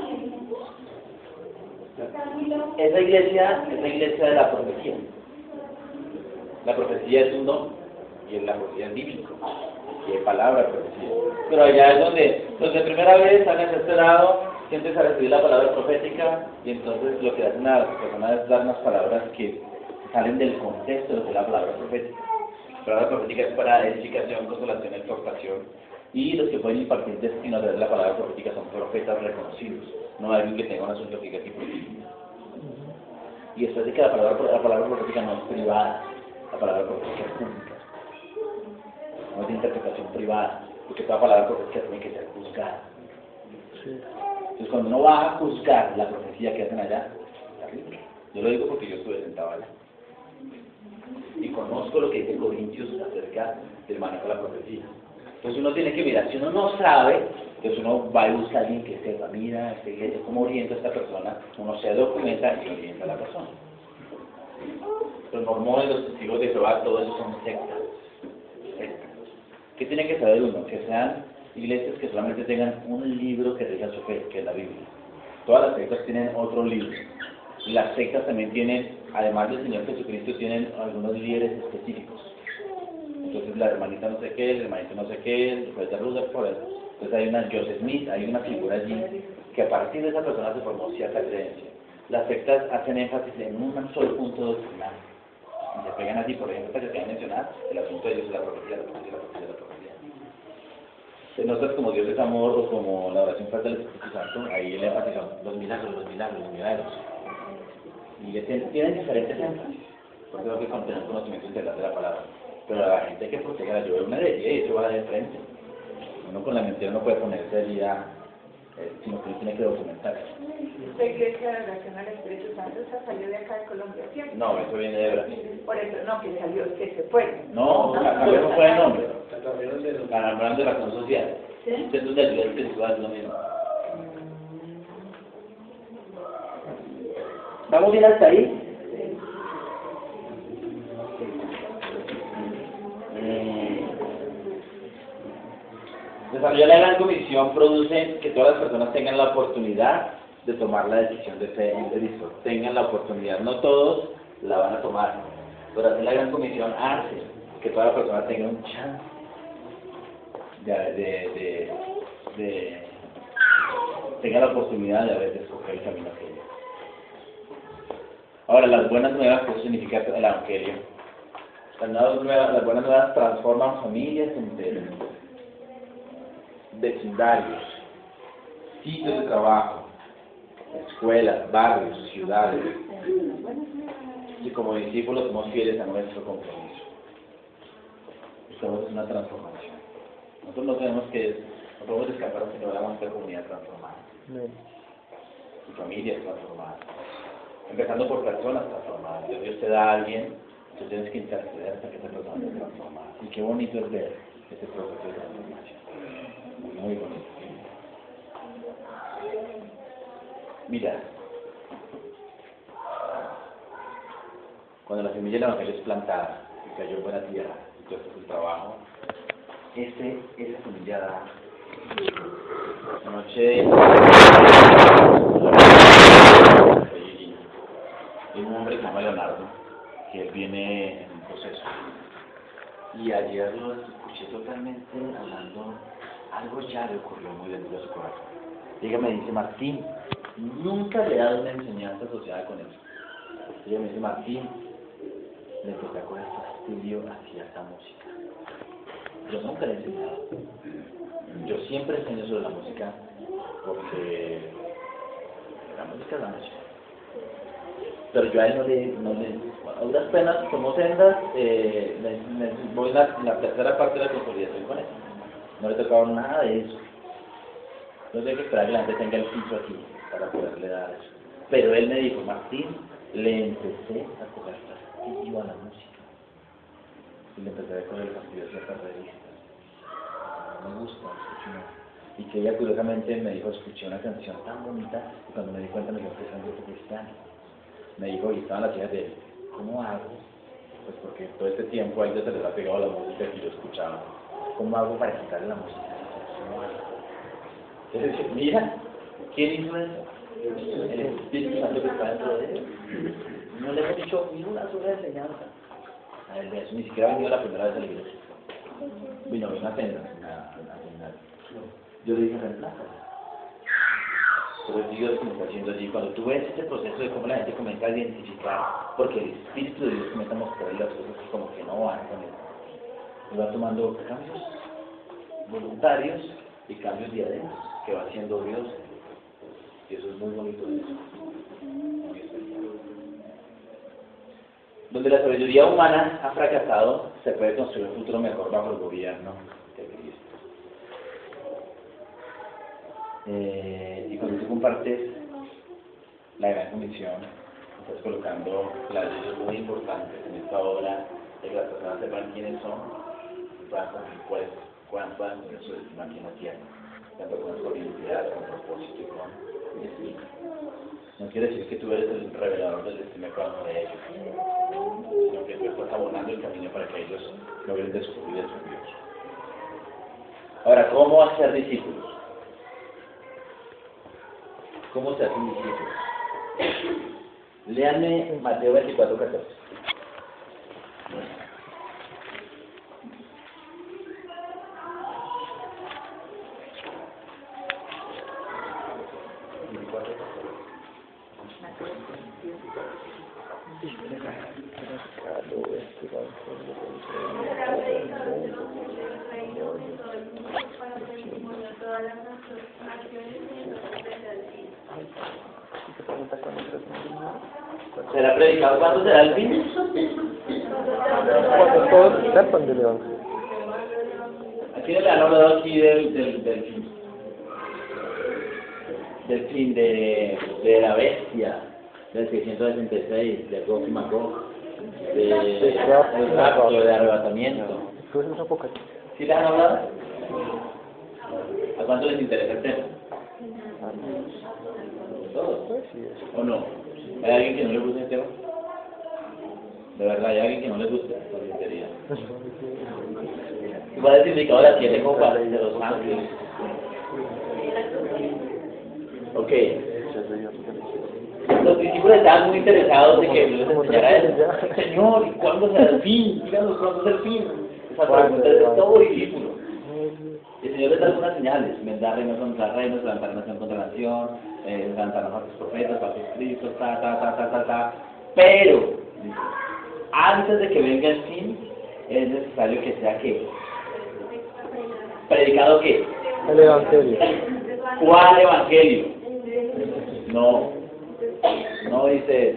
Esa iglesia es la iglesia de la profecía. La profecía es un don, y la profecía es bíblico, y hay palabra de profecía. Pero allá es donde, los de primera vez han esperado, sientes a recibir la palabra profética, y entonces lo que hacen a las personas es dar unas palabras que salen del contexto de lo que es la palabra profética. La palabra profética es para edificación, consolación, exhortación, y los que pueden impartir destino a través de la palabra profética son profetas reconocidos, no alguien que tenga un asunto que aquí profética. Y después de que la palabra, la palabra profética no es privada, la palabra profética es pública, no es de interpretación privada, porque toda palabra profética tiene que ser juzgada. Entonces cuando uno va a juzgar la profecía que hacen allá, está terrible. Yo lo digo porque yo estuve sentado allá. Y conozco lo que dice Corintios acerca del manejo de la profecía. Entonces uno tiene que mirar, si uno no sabe, entonces uno va y busca a alguien que sepa, mira, este, cómo orienta a esta persona, uno se documenta y orienta a la persona. Los mormones, los testigos de Jehová, todo eso son sectas. sectas. ¿Qué tiene que saber uno? Que sean iglesias que solamente tengan un libro que rija su fe, que es la Biblia. Todas las sectas tienen otro libro. Y las sectas también tienen, además del Señor Jesucristo, tienen algunos líderes específicos. Entonces la hermanita no sé qué, el hermanito no sé qué, el juez de Rutherford. Entonces hay una Joseph Smith, hay una figura allí que a partir de esa persona se formó cierta creencia. Las sectas hacen énfasis en un solo punto doctrinal. Y se pegan así, por ejemplo, esta que te voy a mencionar, el asunto de Dios es la profecía, la profecía, la profecía, la profecía. En otras, como Dios es amor o como la oración falta del Espíritu Santo, ahí el énfasis son los milagros, los milagros, los milagros. Y tienen diferentes énfasis, porque tengo que tener conocimiento integral de la palabra. Pero a la gente hay que protegerla. Yo veo una de ellas y eso va de frente. Uno con la mentira no puede ponerse allí a, eh, sino que uno tiene que documentar. ¿Usted cree que la oración al Espíritu Santo esa salió de acá de Colombia siempre? No, eso viene de Brasil. Por eso, no, que salió, que se fue. No, cambió no fue el nombre. Cambiaron de razón social. Centros de ayuda espiritual es lo mismo. ¿Vamos bien hasta ahí? Desarrollar la gran comisión produce que todas las personas tengan la oportunidad de tomar la decisión de fe en Cristo. Tengan la oportunidad, no todos la van a tomar, pero hacer la gran comisión hace que toda la persona tenga un chance de, de, de, de tenga la oportunidad de, de escoger el camino que lleva. Ahora, las buenas nuevas, ¿qué significa el Evangelio? Las, nuevas, las buenas nuevas transforman familias enteras, vecindarios, sitios de trabajo, escuelas, barrios, ciudades. Y como discípulos somos fieles a nuestro compromiso. Esto es una transformación. Nosotros no tenemos que, no podemos escapar si no hablamos de esta comunidad transformada. Tu familia es transformada. Empezando por personas transformadas. Dios te da a alguien, tú tienes que interceder hasta que esa persona sea transformada. Y qué bonito es ver ese proceso de transformación. Muy bonito. Mira, cuando la semilla del Evangelio es plantada y cayó en buena tierra, y todo esto es el trabajo, ese, esa semilla da. Anoche hay un hombre que se llama Leonardo, que él viene en un proceso. Y ayer lo escuché totalmente hablando, algo ya le ocurrió muy dentro de su corazón. Ella me dice, Martín, nunca le he dado una enseñanza asociada con eso. Ella me dice, Martín, le empecé a coger fastidio hacia esta música. Yo nunca le he enseñado. Yo siempre enseño sobre la música porque la música es la música. Pero yo a él no le, no le, a duras penas, como sendas, eh, le, le, voy en la, la tercera parte de la consolidación con él. No le tocaba nada de eso. Entonces hay que esperar que la gente tenga el piso aquí para poderle dar eso. Pero él me dijo, Martín, le empecé a coger fastidio a la música. Y le empecé a coger fastidio a ciertas revistas. No me gusta, no escucho nada. Y que ella curiosamente me dijo, escuché una canción tan bonita, y cuando me di cuenta me dijo que es un grupo cristiano. Me dijo, y estaban las hijas de él, ¿cómo hago? Pues porque todo este tiempo a ellos se les ha pegado la música que yo escuchaba. ¿Cómo hago para quitarle la música? ¿Cómo hago? Entonces dije, mira, ¿quién hizo eso? El Espíritu Santo que está dentro de él. No le hemos dicho ni una sola enseñanza a él de eso, ni siquiera ha venido la primera vez a la iglesia. Vino, vino a tener yo le dije, reemplázala. Pero Dios que me está haciendo allí, cuando tú ves ese proceso de cómo la gente comienza a identificar, porque el Espíritu de Dios comienza a mostrarle las cosas que como que no van con él. Y va tomando cambios voluntarios y cambios de adentro, que va haciendo Dios. Y eso es muy bonito de eso. Muy especial. Donde la sabiduría humana ha fracasado, se puede construir un futuro mejor bajo el gobierno de Cristo. Eh, y cuando tú compartes la gran comisión, estás colocando ladrillos muy importantes en esta obra de que las personas sepan quiénes son, puedan cumplir pues, cuánto puedan cumplir su destino aquí en la tierra, tanto con su identidad, con propósito y con destino. No quiere decir que tú eres el revelador del destino de cada uno de ellos, sino que tú estás abonando el camino para que ellos logren descubrir a su Dios. Ahora, ¿cómo hacer discípulos? ¿Cómo se hacen discípulos? Léanme Mateo veinticuatro, catorce. ¿Será predicado cuándo será el fin? Cuando todos sepan del Evangelio. Aquí le han hablado aquí del, del, del fin. Del fin de, de la bestia, del seiscientos sesenta y seis, de Gog y Magog, del rapto, de arrebatamiento. Eso es un poco. ¿Sí les han hablado? ¿A cuánto les interesa el tema? ¿Todos? ¿O no? ¿Hay alguien que no le guste el tema? De verdad, ¿hay alguien que no le guste? Por sinceridad. Igual es indicado las siete copas de los ángeles. Ok. Los discípulos estaban muy interesados de que les enseñara eso. Señor, ¿y cuándo será el fin? Díganos cuándo es el fin. Esa pregunta es de todo discípulo. El Señor les da algunas señales: vendrá reino contra reino, se levantará nación contra nación, eh, levantarán falsos profetas, falsos cristos, ta, ta, ta, ta, ta, ta. Pero, dice, antes de que venga el fin, es necesario que sea ¿qué? ¿Predicado qué? El Evangelio. ¿Cuál Evangelio? No, no dice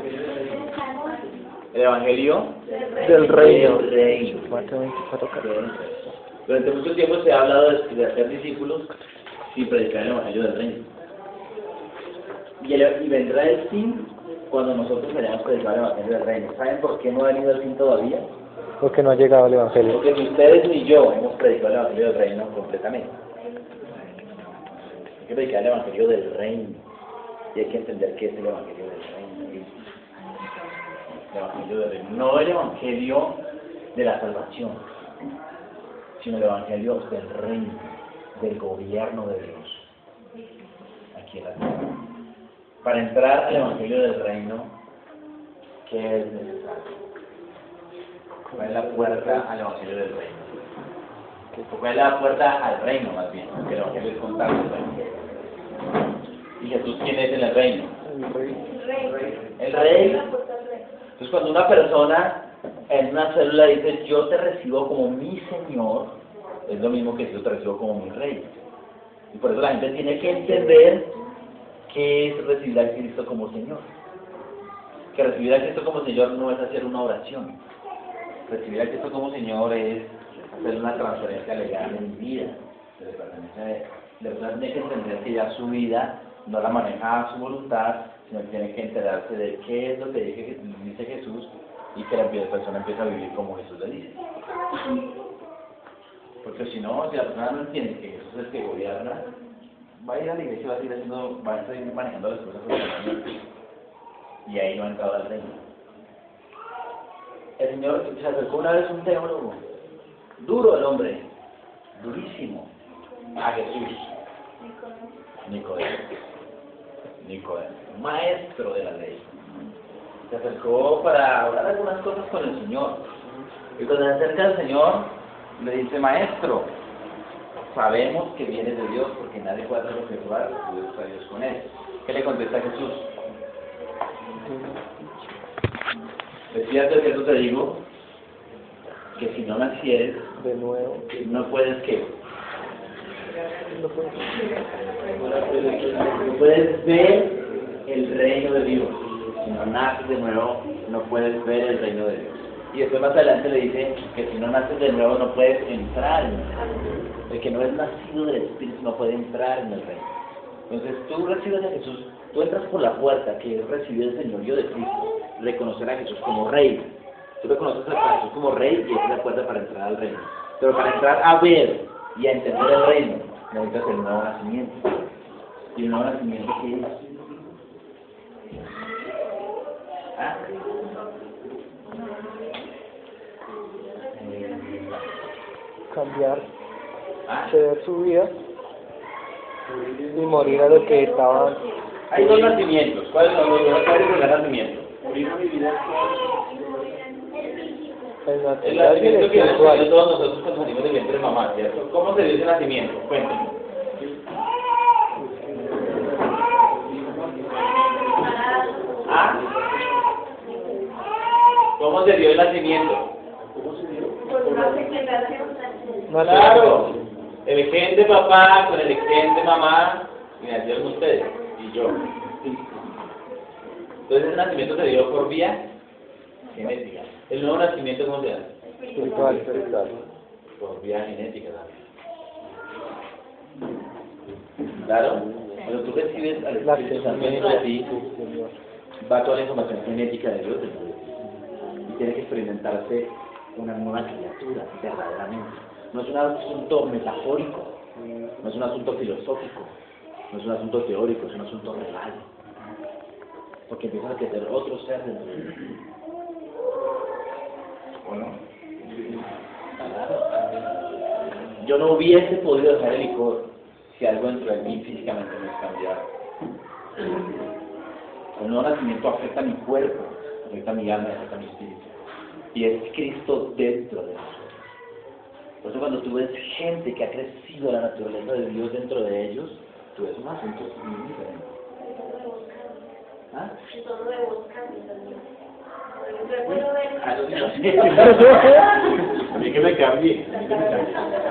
el Evangelio Del reino. del reino. Mateo veinticuatro, catorce. Durante mucho tiempo se ha hablado de, de hacer discípulos sin predicar el Evangelio del reino. Y, el, y vendrá el fin cuando nosotros vayamos a predicar el Evangelio del reino. ¿Saben por qué no ha venido el fin todavía? Porque no ha llegado el Evangelio. Porque ni ustedes ni yo hemos predicado el Evangelio del reino completamente. Hay que predicar el Evangelio del reino. Y hay que entender qué es el Evangelio del reino. El Evangelio del reino. No el Evangelio de la salvación, sino el Evangelio del reino, del gobierno de Dios. Aquí en la tierra. Para entrar al Evangelio del reino, ¿qué es necesario? ¿Cuál es la puerta al Evangelio del reino? ¿Cuál es la puerta al reino, más bien? Porque el Evangelio es contar el reino. ¿Y Jesús quién es en el reino? El rey. El rey Entonces, cuando una persona en una célula dice, yo te recibo como mi Señor, es lo mismo que yo te recibo como mi Rey. Y por eso la gente tiene que entender qué es recibir a Cristo como Señor. Que recibir a Cristo como Señor no es hacer una oración. Recibir a Cristo como Señor es hacer una transferencia legal en mi vida. Se le pertenece a Él. La persona tiene que entender que ya su vida no la maneja a su voluntad, sino que tiene que enterarse de qué es lo que dice, dice Jesús y que la persona empieza a vivir como Jesús le dice. Porque si no, si la persona no entiende que Jesús es el que gobierna, va a ir a la iglesia y va a seguir haciendo, va a seguir manejando las cosas socialmente. Y ahí no ha entrado al reino. El Señor se acercó una vez un teólogo, duro el hombre, durísimo, a Jesús. Nicodemo. Nicodemo, maestro de la ley. Se acercó para hablar algunas cosas con el Señor. Y cuando se acerca al Señor, le dice, maestro, sabemos que vienes de Dios porque nadie puede hacer lo que tú haces, Dios a Dios con él. ¿Qué le contesta Jesús? Es cierto que yo te digo que si no nacieres De nuevo. no puedes ¿qué? No puedo. No puedes ver el reino de Dios. Si no naces de nuevo no puedes ver el reino de Dios. Y después más adelante le dice que si no naces de nuevo no puedes entrar en el reino. El que no es nacido del Espíritu no puede entrar en el reino. Entonces tú recibes a Jesús, tú entras por la puerta que es recibir el señorío de Cristo, reconocer a Jesús como Rey. Tú reconoces a Jesús como Rey y esa es la puerta para entrar al reino. Pero para entrar a ver y a entender el reino, necesitas el nuevo nacimiento. ¿Y el nuevo nacimiento qué es? ¿Ah? Cambiar, ¿Ah? ceder su vida y morir a lo que estaba. Hay dos nacimientos. ¿Cuáles son los dos? ¿Cuál es el nacimiento? El El natural y el nacimiento que hemos tenido espiritual. todos nosotros cuando salimos del vientre de mamá, ¿cierto? ¿Cómo se dio ese nacimiento? Cuéntenme. ¿Ah? ¿Cómo se dio el nacimiento? Claro, el gen de papá con el gen de mamá y nacieron ustedes y yo. Entonces ese nacimiento se dio por vía genética. El nuevo nacimiento, ¿cómo se da? Espiritual, espiritual. Por vía genética también. ¿Claro? Cuando tú recibes al La Espíritu Santo dentro de ti, Señor. va toda la información genética de Dios dentro de ti. Y tiene que experimentarse una nueva criatura, verdaderamente. No es un asunto metafórico, no es un asunto filosófico, no es un asunto teórico, es un asunto real. Porque empiezas a crecer otro ser dentro de ti. ¿O no? Claro. Yo no hubiese podido dejar el licor si algo dentro de mí físicamente no es cambiado. El nuevo nacimiento afecta a mi cuerpo, afecta a mi alma, afecta a mi espíritu. Y es Cristo dentro de nosotros. Por eso cuando tú ves gente que ha crecido la naturaleza de Dios dentro de ellos, tú ves un asunto muy diferente. ¿Ah? Ah, no, no, sí. A mí que me cambié. A mí que me cambié.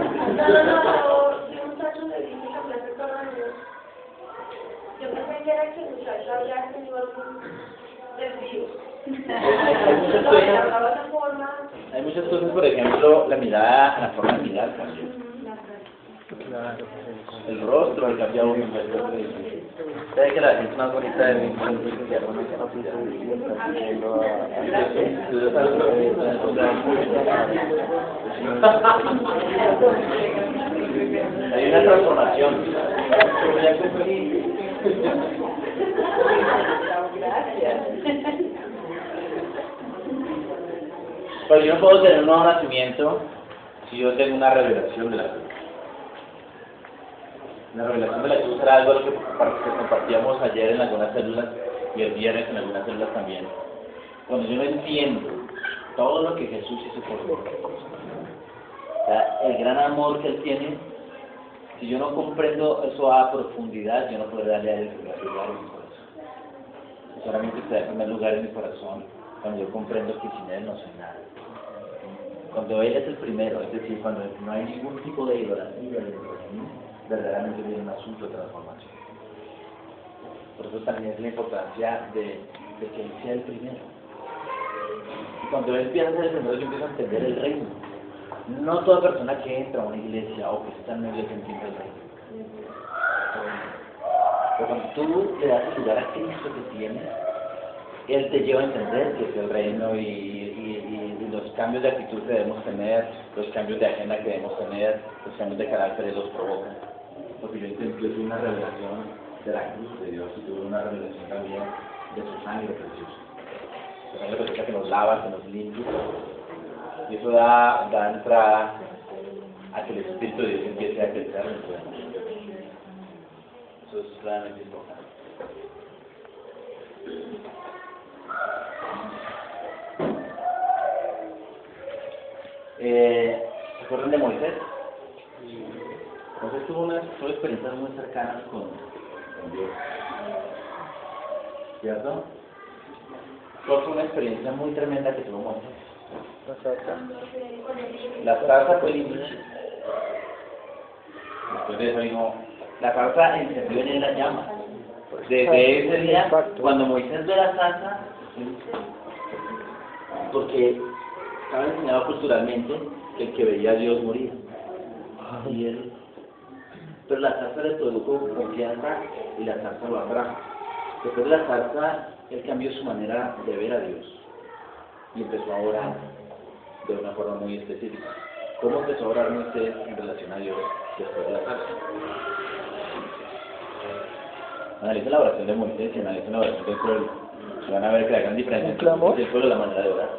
Yo pensé que era que el muchacho había tenido algún desvío. Hay muchas cosas, hay muchas cosas, por ejemplo, la mirada, la forma de mirar cambió. Claro. El rostro ha cambiado un poco. ¿Sabes que la gente más bonita de mi mundo es que arma hay una transformación. Pero yo no puedo tener un nuevo nacimiento si yo tengo una revelación de la cruz. La revelación de la cruz era algo que compartíamos ayer en algunas células y el viernes en algunas células también. Cuando yo no entiendo todo lo que Jesús hizo por mí, o sea, el gran amor que Él tiene, si yo no comprendo eso a profundidad, yo no puedo darle a Él el primer lugar en mi corazón. Solamente está en primer lugar en mi corazón cuando yo comprendo que sin Él no soy nada. Cuando Él es el primero, es decir, cuando no hay ningún tipo de idolatría dentro de mí, verdaderamente viene un asunto de transformación. Por eso también es la importancia de, de que Él sea el primero. Y cuando Él empieza a ser el primero, yo empiezo a entender el reino. No toda persona que entra a una iglesia o que está en una iglesia entiende el reino. Pero cuando tú le das el lugar a Cristo que tienes, Él te lleva a entender que es el reino y, y, y, y los cambios de actitud que debemos tener, los cambios de agenda que debemos tener, los cambios de carácter, Él los provoca. Porque yo tuve una revelación de la cruz de Dios y tuve una revelación también de su sangre preciosa. Su sangre preciosa que nos lava, que nos limpia. Y eso da, da entrada a que el Espíritu de Dios empiece a crecer dentro de nosotros. Eso es claramente importante. Eh, ¿Se acuerdan de Moisés? Moisés tuvo unas tuvo experiencias muy cercanas con, con Dios. ¿Cierto? Fue una experiencia muy tremenda que tuvo Moisés. La zarza fue limpia. Después de eso vino, la zarza encendió en él la llama. Desde ese día, cuando Moisés ve la zarza, porque estaba enseñado culturalmente que el que veía a Dios moría. Y él, pero la zarza le produjo confianza y la zarza lo atrajo. Después de la zarza, él cambió su manera de ver a Dios y empezó a orar de una forma muy específica. ¿Cómo empezó a orar Moisés en relación a Dios después de la zarza? Analicen la oración de Moisés y analicen la oración del pueblo. Van a ver que la gran diferencia entre Moisés y el pueblo es la manera de orar.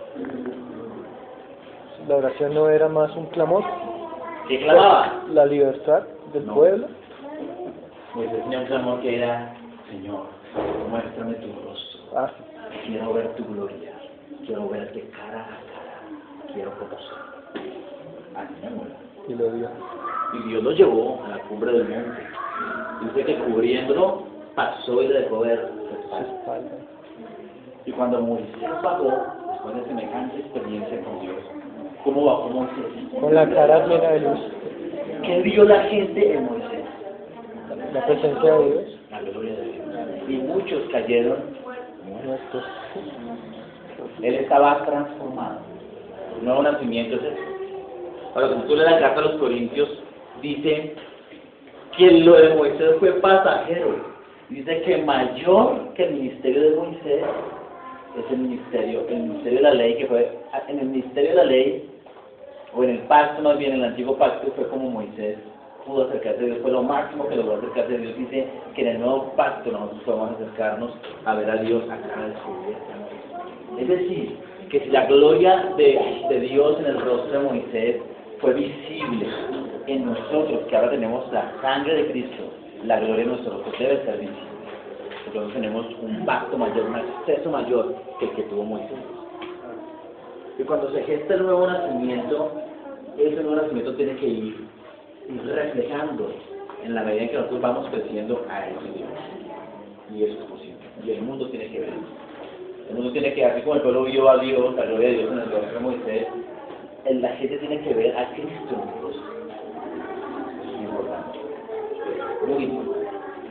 La oración no era más un clamor. ¿Qué clamaba? La libertad del no. pueblo. Moisés tenía un clamor que era: Señor, muéstrame tu rostro. Ah. Quiero ver tu gloria. Quiero verte cara a cara. Quiero conocer. Así me muera. Y lo dio. Y Dios lo llevó a la cumbre del monte. Dice que cubriéndolo, pasó y le dejó ver su espalda. Y cuando Moisés bajó, después de semejante experiencia con Dios, ¿cómo bajó Moisés? Con la cara llena de luz. ¿Qué vio la gente en Moisés? La presencia de Dios. La gloria de Dios. Y muchos cayeron muertos. Él estaba transformado. Un nuevo nacimiento es eso. Ahora, como tú lees la carta a los Corintios, dice que lo de Moisés fue pasajero. Dice que mayor que el ministerio de Moisés es el ministerio, el ministerio de la ley, que fue en el ministerio de la ley, o en el pacto, más bien en el antiguo pacto, fue como Moisés pudo acercarse a Dios, fue lo máximo que logró acercarse a Dios. Dice que en el nuevo pacto nosotros podemos acercarnos a ver a Dios a cara descubierta. Es decir, que si la gloria de, de Dios en el rostro de Moisés fue visible en nosotros, que ahora tenemos la sangre de Cristo, la gloria de nuestro rostro debe ser visible. Nosotros tenemos un pacto mayor, un acceso mayor que el que tuvo Moisés. Y cuando se gesta el nuevo nacimiento, ese nuevo nacimiento tiene que ir, ir reflejando en la medida en que nosotros vamos creciendo a ese Dios. Y eso es posible. Y el mundo tiene que ver. El mundo tiene que, así como el pueblo vio a Dios, la gloria de Dios en el rostro de Moisés, la gente tiene que ver a Cristo en el rostro. Es muy importante. Muy importante.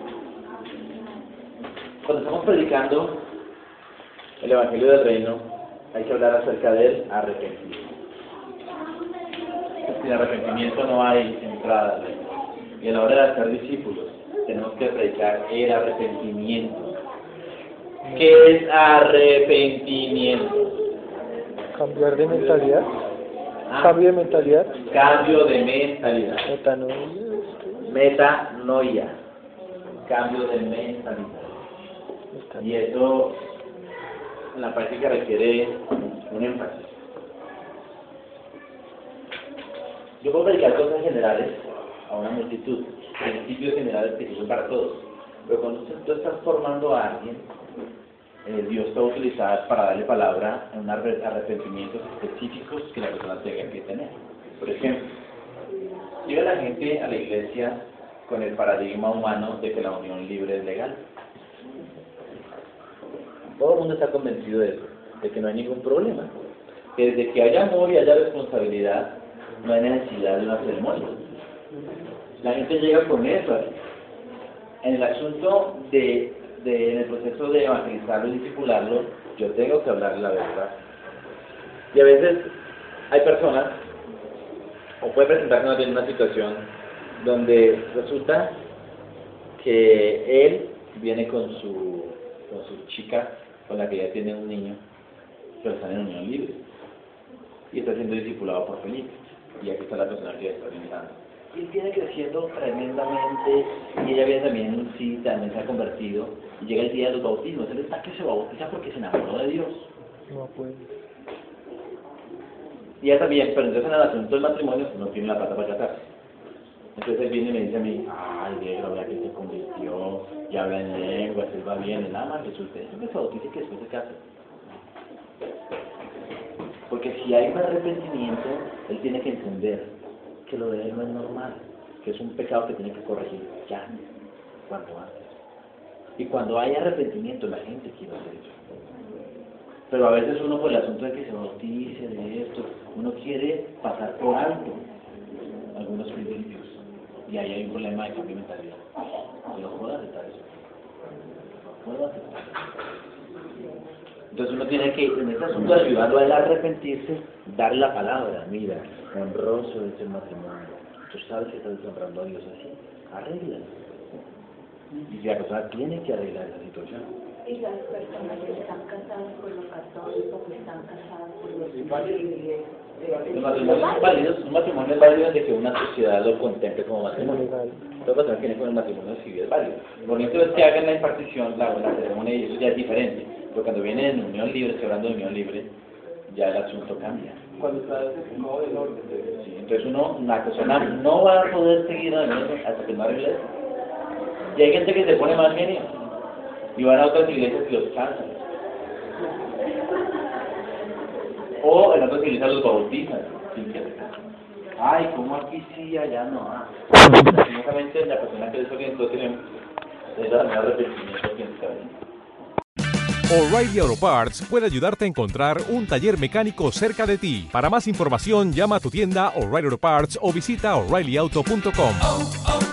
Cuando estamos predicando el Evangelio del Reino, hay que hablar acerca del arrepentimiento. Sin arrepentimiento no hay entrada al reino. Y a la hora de ser discípulos, tenemos que predicar el arrepentimiento. ¿Qué es arrepentimiento? Cambiar de mentalidad. ¿Ah? Cambio de mentalidad. Cambio de mentalidad. Metanoia. Metanoia. Cambio de mentalidad. Y eso en la práctica requiere un énfasis. Yo puedo predicar cosas generales a una multitud, principios generales que sirven para todos. Pero cuando tú estás formando a alguien, eh, Dios te va a utilizar para darle palabra en unos arrepentimientos específicos que la persona tenga que tener. Por ejemplo, llega la gente a la iglesia con el paradigma humano de que la unión libre es legal. Todo el mundo está convencido de eso. de que no hay ningún problema. Que desde que haya amor y haya responsabilidad, no hay necesidad de una ceremonia. La gente llega con eso. En el asunto de, de en el proceso de evangelizarlo y discipularlo, yo tengo que hablarle la verdad. Y a veces hay personas, o puede presentarse en una situación donde resulta que él viene con su, con su chica, con la que ya tiene un niño, pero están en unión libre. Y está siendo discipulado por Felipe. Y aquí está la persona que está organizando. Y él viene creciendo tremendamente, y ella viene también, sí, también se ha convertido, y llega el día de los bautismos. Él está que se bautiza porque se enamoró de Dios. No puede. Y ella también, pero entonces en el asunto del matrimonio no tiene la plata para casarse. Entonces él viene y me dice a mí, ay, viejo, vea que se convirtió, ya habla en lenguas, él va bien, nada más resulta, eso que se bautice y que después se case. Porque si hay un arrepentimiento, él tiene que entender que lo de él no es normal, que es un pecado que tiene que corregir ya, cuanto antes. Y cuando hay arrepentimiento, la gente quiere hacer eso. Pero a veces uno, por el asunto de que se bautice, de esto, uno quiere pasar por alto algunos principios. Y ahí hay un problema de cambio de mentalidad. Yo no puedo aceptar eso. No puedo aceptar eso. Entonces uno tiene que, en este asunto, ayudarlo a él a arrepentirse, darle la palabra. Mira, honroso es el matrimonio. Tú sabes que estás deshonrando a Dios así. Arréglalo. Y si la persona tiene que arreglar esa situación. Y las personas que están casadas por los católicos, que están casadas por los civiles. Los matrimonios son válidos, un matrimonio es válido desde que una sociedad lo contemple como matrimonio. Todas personas que tienen con el matrimonio civil es válido. Lo bonito es que hagan la impartición, la, la ceremonia, y eso ya es diferente. Pero cuando viene en unión libre, estoy hablando de unión libre, ya el asunto cambia. Cuando está desestimado del orden. Sí, entonces uno, la persona no va a poder seguir adelante hasta que no arregle eso. Y hay gente que se pone más genio y van a otras iglesias y los cansan. O en otras iglesias los bautizan sin que se casen. Ay, ¿cómo aquí sí, allá no? Ah. Lastimosamente la persona que desorientó tiene ese arrepentimiento que está bien. O'Reilly Auto Parts puede ayudarte a encontrar un taller mecánico cerca de ti. Para más información, llama a tu tienda O'Reilly Auto Parts o visita O'Reilly Auto punto com.